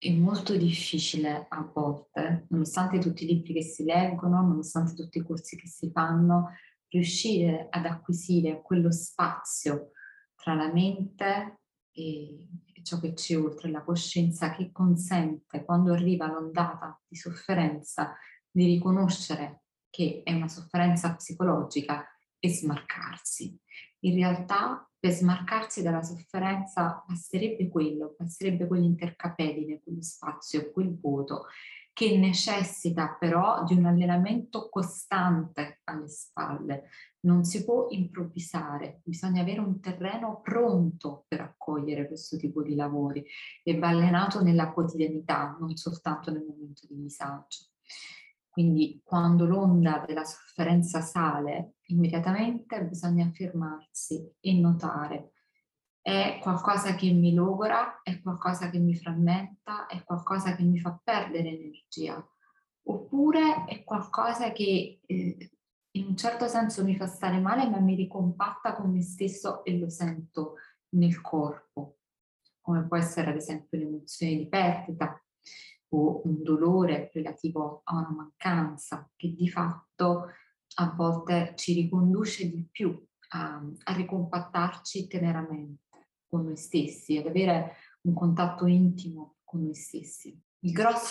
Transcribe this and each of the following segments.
È molto difficile a volte, nonostante tutti i libri che si leggono, nonostante tutti i corsi che si fanno, riuscire ad acquisire quello spazio tra la mente e ciò che c'è oltre, la coscienza che consente, quando arriva l'ondata di sofferenza, di riconoscere che è una sofferenza psicologica e smarcarsi. In realtà, per smarcarsi dalla sofferenza basterebbe quell'intercapedine, quello spazio, quel vuoto, che necessita però di un allenamento costante alle spalle. Non si può improvvisare, bisogna avere un terreno pronto per accogliere questo tipo di lavori e va allenato nella quotidianità, non soltanto nel momento di disagio. Quindi quando l'onda della sofferenza sale, immediatamente bisogna fermarsi e notare: è qualcosa che mi logora, è qualcosa che mi frammenta, è qualcosa che mi fa perdere energia, oppure è qualcosa che in un certo senso mi fa stare male, ma mi ricompatta con me stesso e lo sento nel corpo, come può essere ad esempio l'emozione di perdita o un dolore relativo a una mancanza che di fatto a volte ci riconduce di più a ricompattarci teneramente con noi stessi, ad avere un contatto intimo con noi stessi. Il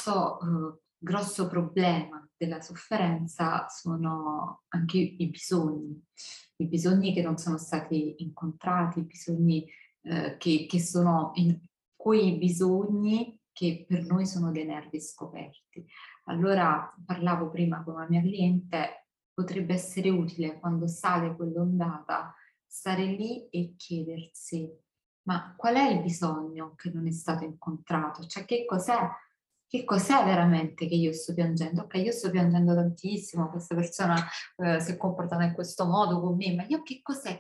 grosso problema della sofferenza sono anche i bisogni che non sono stati incontrati, i bisogni che sono in quei bisogni che per noi sono dei nervi scoperti. Allora, parlavo prima con una mia cliente, potrebbe essere utile quando sale quell'ondata stare lì e chiedersi: ma qual è il bisogno che non è stato incontrato? Cioè che cos'è veramente che io sto piangendo? Ok, io sto piangendo tantissimo, questa persona si è comportata in questo modo con me, ma io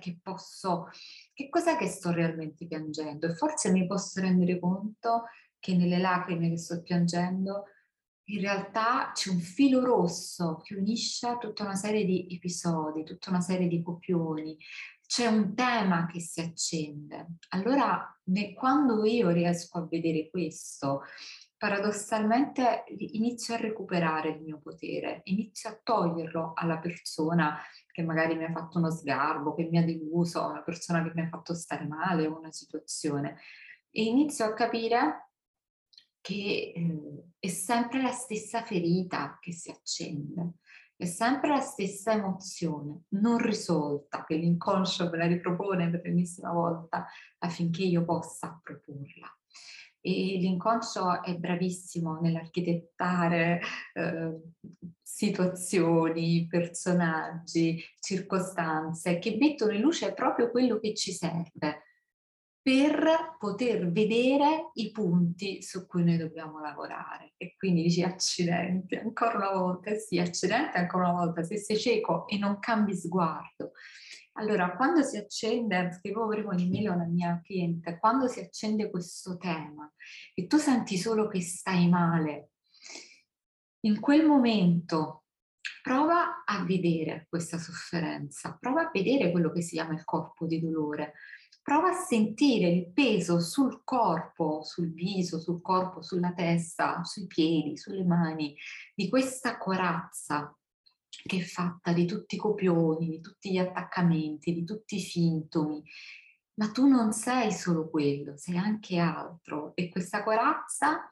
che cos'è che sto realmente piangendo? E forse mi posso rendere conto che nelle lacrime che sto piangendo in realtà c'è un filo rosso che unisce tutta una serie di episodi, tutta una serie di copioni, c'è un tema che si accende. Allora, quando io riesco a vedere questo, paradossalmente inizio a recuperare il mio potere, inizio a toglierlo alla persona che magari mi ha fatto uno sgarbo, che mi ha deluso, una persona che mi ha fatto stare male, una situazione. E inizio a capire che è sempre la stessa ferita che si accende, è sempre la stessa emozione non risolta che l'inconscio me la ripropone per l'ennesima volta affinché io possa proporla. E l'inconscio è bravissimo nell'architettare eh, situazioni, personaggi, circostanze che mettono in luce proprio quello che ci serve per poter vedere i punti su cui noi dobbiamo lavorare. E quindi dici accidenti, ancora una volta, sì, accidenti ancora una volta, se sei cieco e non cambi sguardo. Allora, quando si accende, scrivevo prima di mail a una mia cliente, quando si accende questo tema e tu senti solo che stai male, in quel momento prova a vedere questa sofferenza, prova a vedere quello che si chiama il corpo di dolore, prova a sentire il peso sul corpo, sul viso, sul corpo, sulla testa, sui piedi, sulle mani, di questa corazza che è fatta di tutti i copioni, di tutti gli attaccamenti, di tutti i sintomi. Ma tu non sei solo quello, sei anche altro e questa corazza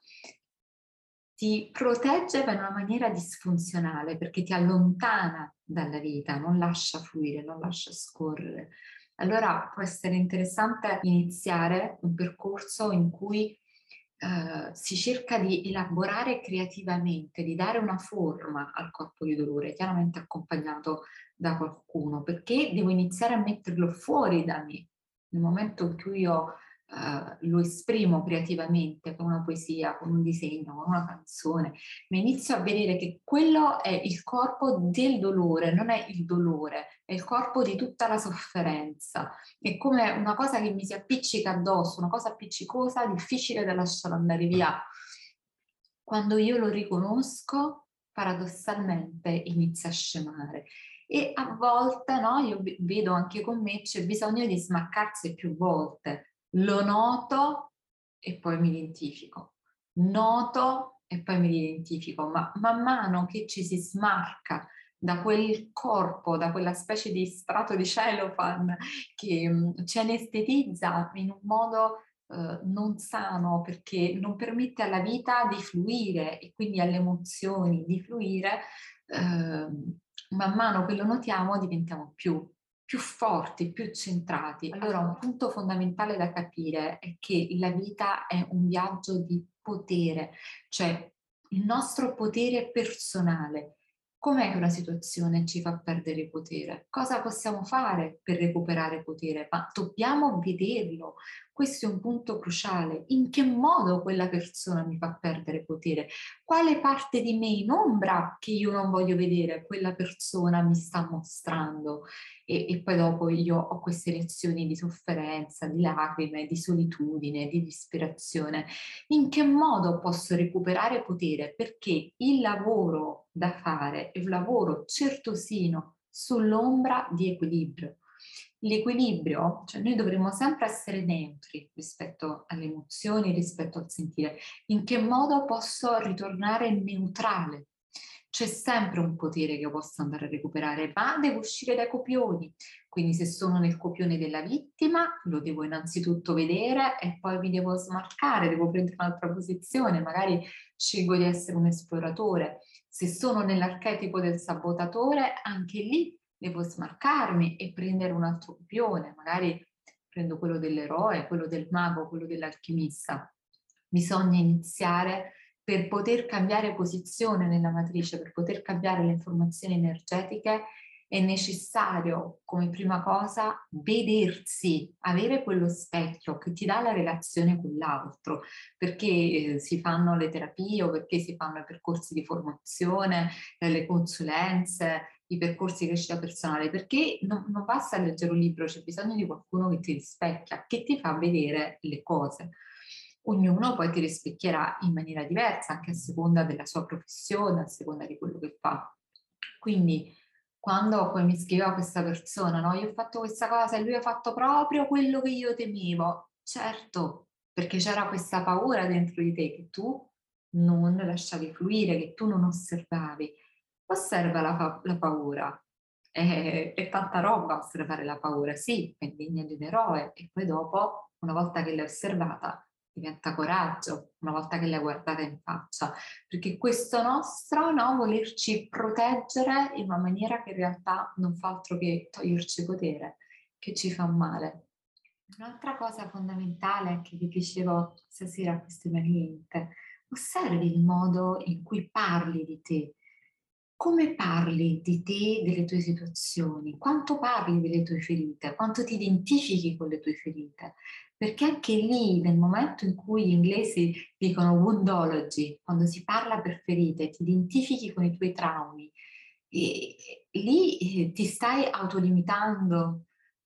ti protegge per una maniera disfunzionale perché ti allontana dalla vita, non lascia fluire, non lascia scorrere. Allora può essere interessante iniziare un percorso in cui si cerca di elaborare creativamente, di dare una forma al corpo di dolore, chiaramente accompagnato da qualcuno, perché devo iniziare a metterlo fuori da me. Nel momento in cui io lo esprimo creativamente con una poesia, con un disegno, con una canzone, ma inizio a vedere che quello è il corpo del dolore, non è il dolore, è il corpo di tutta la sofferenza. È come una cosa che mi si appiccica addosso, una cosa appiccicosa, difficile da lasciare andare via. Quando io lo riconosco, paradossalmente inizia a scemare. E a volte, no, io vedo anche con me, c'è bisogno di smaccarsi più volte. Lo noto e poi mi identifico. noto e poi mi identifico, ma man mano che ci si smarca da quel corpo, da quella specie di strato di cellophane che ci anestetizza in un modo non sano, perché non permette alla vita di fluire e quindi alle emozioni di fluire, man mano che lo notiamo diventiamo più forti, più centrati. Allora, un punto fondamentale da capire è che la vita è un viaggio di potere, cioè il nostro potere personale. Com'è che una situazione ci fa perdere potere? Cosa possiamo fare per recuperare potere? Ma dobbiamo vederlo. Questo è un punto cruciale. In che modo quella persona mi fa perdere potere? Quale parte di me in ombra che io non voglio vedere quella persona mi sta mostrando? E poi dopo io ho queste lezioni di sofferenza, di lacrime, di solitudine, di disperazione. In che modo posso recuperare potere? Perché il lavoro da fare è un lavoro certosino sull'ombra di equilibrio. L'equilibrio, cioè noi dovremmo sempre essere neutri rispetto alle emozioni, rispetto al sentire. In che modo posso ritornare neutrale? C'è sempre un potere che io posso andare a recuperare, ma devo uscire dai copioni. Quindi se sono nel copione della vittima, lo devo innanzitutto vedere e poi mi devo smarcare, devo prendere un'altra posizione, magari scelgo di essere un esploratore. Se sono nell'archetipo del sabotatore, anche lì devo smarcarmi e prendere un altro copione, magari prendo quello dell'eroe, quello del mago, quello dell'alchimista. Bisogna iniziare per poter cambiare posizione nella matrice, per poter cambiare le informazioni energetiche, è necessario come prima cosa vedersi, avere quello specchio che ti dà la relazione con l'altro, perché si fanno le terapie o perché si fanno i percorsi di formazione, le consulenze, i percorsi di crescita personale, perché non basta leggere un libro, c'è bisogno di qualcuno che ti rispecchia, che ti fa vedere le cose. Ognuno poi ti rispecchierà in maniera diversa, anche a seconda della sua professione, a seconda di quello che fa. Quindi, quando poi mi scriveva questa persona, no? Io ho fatto questa cosa e lui ha fatto proprio quello che io temevo. Certo, perché c'era questa paura dentro di te che tu non lasciavi fluire, che tu non osservavi. Osserva la paura. È tanta roba osservare la paura, sì, è degna di un eroe. E poi dopo, una volta che l'hai osservata, diventa coraggio, una volta che l'hai guardata in faccia, perché questo nostro, no, volerci proteggere in una maniera che in realtà non fa altro che toglierci potere, che ci fa male. Un'altra cosa fondamentale che vi dicevo stasera a questo mio cliente, osservi il modo in cui parli di te. Come parli di te, delle tue situazioni? Quanto parli delle tue ferite? Quanto ti identifichi con le tue ferite? Perché anche lì, nel momento in cui gli inglesi dicono woundology, quando si parla per ferite, ti identifichi con i tuoi traumi, e lì ti stai autolimitando,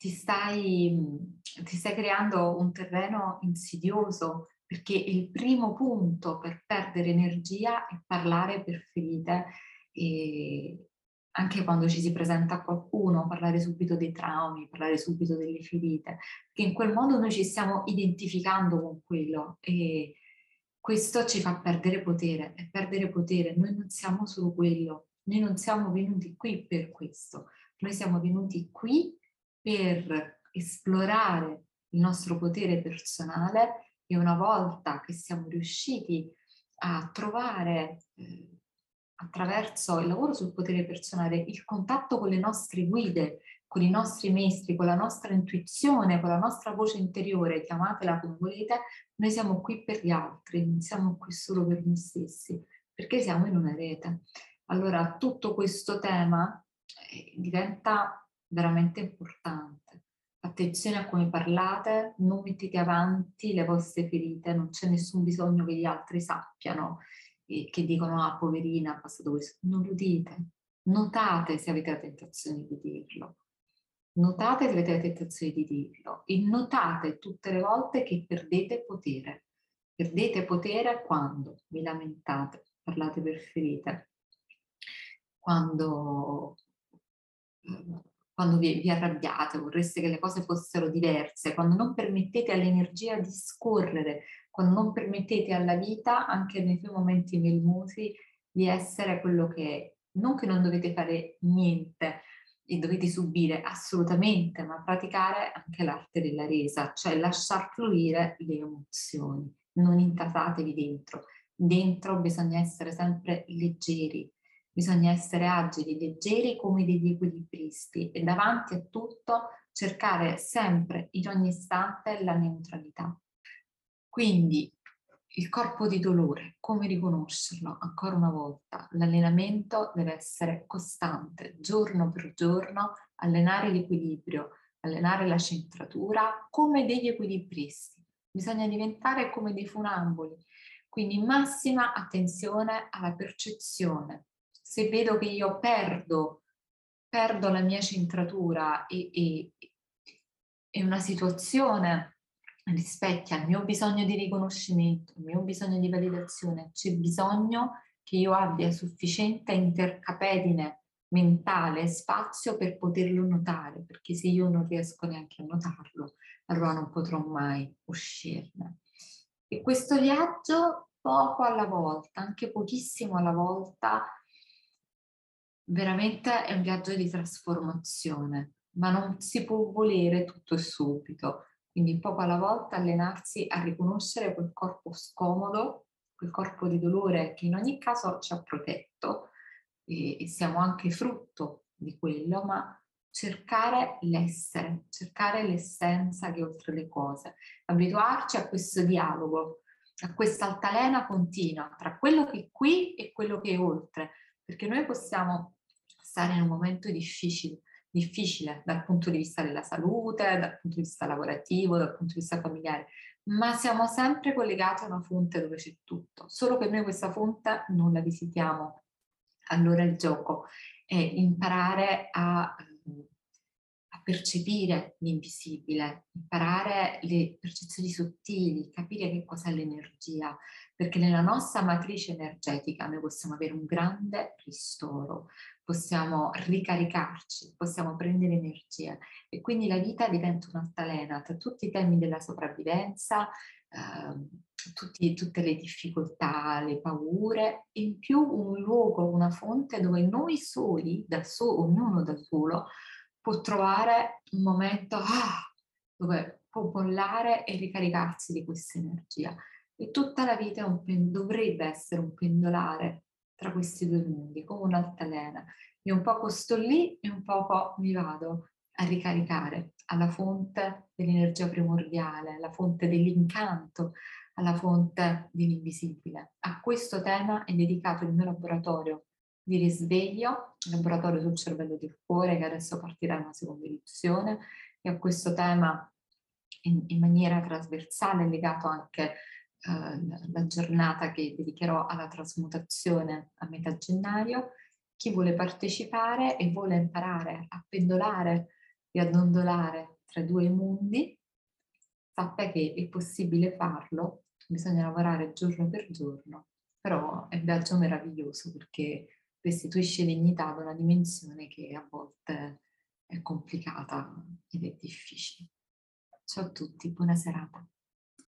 ti stai creando un terreno insidioso, perché il primo punto per perdere energia è parlare per ferite e anche quando ci si presenta a qualcuno, parlare subito dei traumi, parlare subito delle ferite, che in quel modo noi ci stiamo identificando con quello e questo ci fa perdere potere e perdere potere. Noi non siamo solo quello, noi non siamo venuti qui per questo, noi siamo venuti qui per esplorare il nostro potere personale e una volta che siamo riusciti a trovare attraverso il lavoro sul potere personale il contatto con le nostre guide, con i nostri maestri, con la nostra intuizione, con la nostra voce interiore, chiamatela come volete, noi siamo qui per gli altri, non siamo qui solo per noi stessi, perché siamo in una rete. Allora tutto questo tema diventa veramente importante. Attenzione a come parlate, non mettete avanti le vostre ferite, non c'è nessun bisogno che gli altri sappiano e che dicono ah poverina ha passato questo. Non lo dite, notate se avete la tentazione di dirlo. Notate se avete la tentazione di dirlo e notate tutte le volte che perdete potere. Perdete potere quando vi lamentate, parlate per ferite, quando quando vi arrabbiate, vorreste che le cose fossero diverse, quando non permettete all'energia di scorrere, quando non permettete alla vita, anche nei suoi momenti melmosi, di essere quello che è. Non che non dovete fare niente e dovete subire assolutamente, ma praticare anche l'arte della resa, cioè lasciar fluire le emozioni, non intasatevi dentro. Dentro bisogna essere sempre leggeri, bisogna essere agili, leggeri come degli equilibristi e davanti a tutto cercare sempre, in ogni istante, la neutralità. Quindi il corpo di dolore, come riconoscerlo? Ancora una volta, l'allenamento deve essere costante, giorno per giorno, allenare l'equilibrio, allenare la centratura come degli equilibristi. Bisogna diventare come dei funamboli, quindi massima attenzione alla percezione. Se vedo che io perdo la mia centratura e una situazione rispecchia il mio bisogno di riconoscimento, il mio bisogno di validazione, c'è bisogno che io abbia sufficiente intercapedine mentale e spazio per poterlo notare, perché se io non riesco neanche a notarlo, allora non potrò mai uscirne. E questo viaggio, poco alla volta, anche pochissimo alla volta, veramente è un viaggio di trasformazione, ma non si può volere tutto e subito. Quindi poco alla volta allenarsi a riconoscere quel corpo scomodo, quel corpo di dolore che in ogni caso ci ha protetto e siamo anche frutto di quello, ma cercare l'essere, cercare l'essenza che è oltre le cose, abituarci a questo dialogo, a questa altalena continua tra quello che è qui e quello che è oltre, perché noi possiamo stare in un momento difficile dal punto di vista della salute, dal punto di vista lavorativo, dal punto di vista familiare, ma siamo sempre collegati a una fonte dove c'è tutto, solo che noi questa fonte non la visitiamo. Allora il gioco è imparare a percepire l'invisibile, imparare le percezioni sottili, capire che cos'è l'energia, perché nella nostra matrice energetica noi possiamo avere un grande ristoro, possiamo ricaricarci, possiamo prendere energia e quindi la vita diventa un'altalena tra tutti i temi della sopravvivenza, tutte le difficoltà, le paure e in più un luogo, una fonte dove noi soli, ognuno da solo, può trovare un momento dove può bollare e ricaricarsi di questa energia. E tutta la vita dovrebbe essere un pendolare tra questi due mondi, come un'altalena. Io un poco sto lì e un poco mi vado a ricaricare alla fonte dell'energia primordiale, alla fonte dell'incanto, alla fonte dell'invisibile. A questo tema è dedicato il mio laboratorio di risveglio, il laboratorio sul cervello del cuore, che adesso partirà in una seconda edizione, e a questo tema in maniera trasversale è legato anche la giornata che dedicherò alla trasmutazione a metà gennaio. Chi vuole partecipare e vuole imparare a pendolare e a dondolare tra i due mondi, sappia che è possibile farlo, bisogna lavorare giorno per giorno, però è un viaggio meraviglioso perché restituisce dignità ad una dimensione che a volte è complicata ed è difficile. Ciao a tutti, buona serata.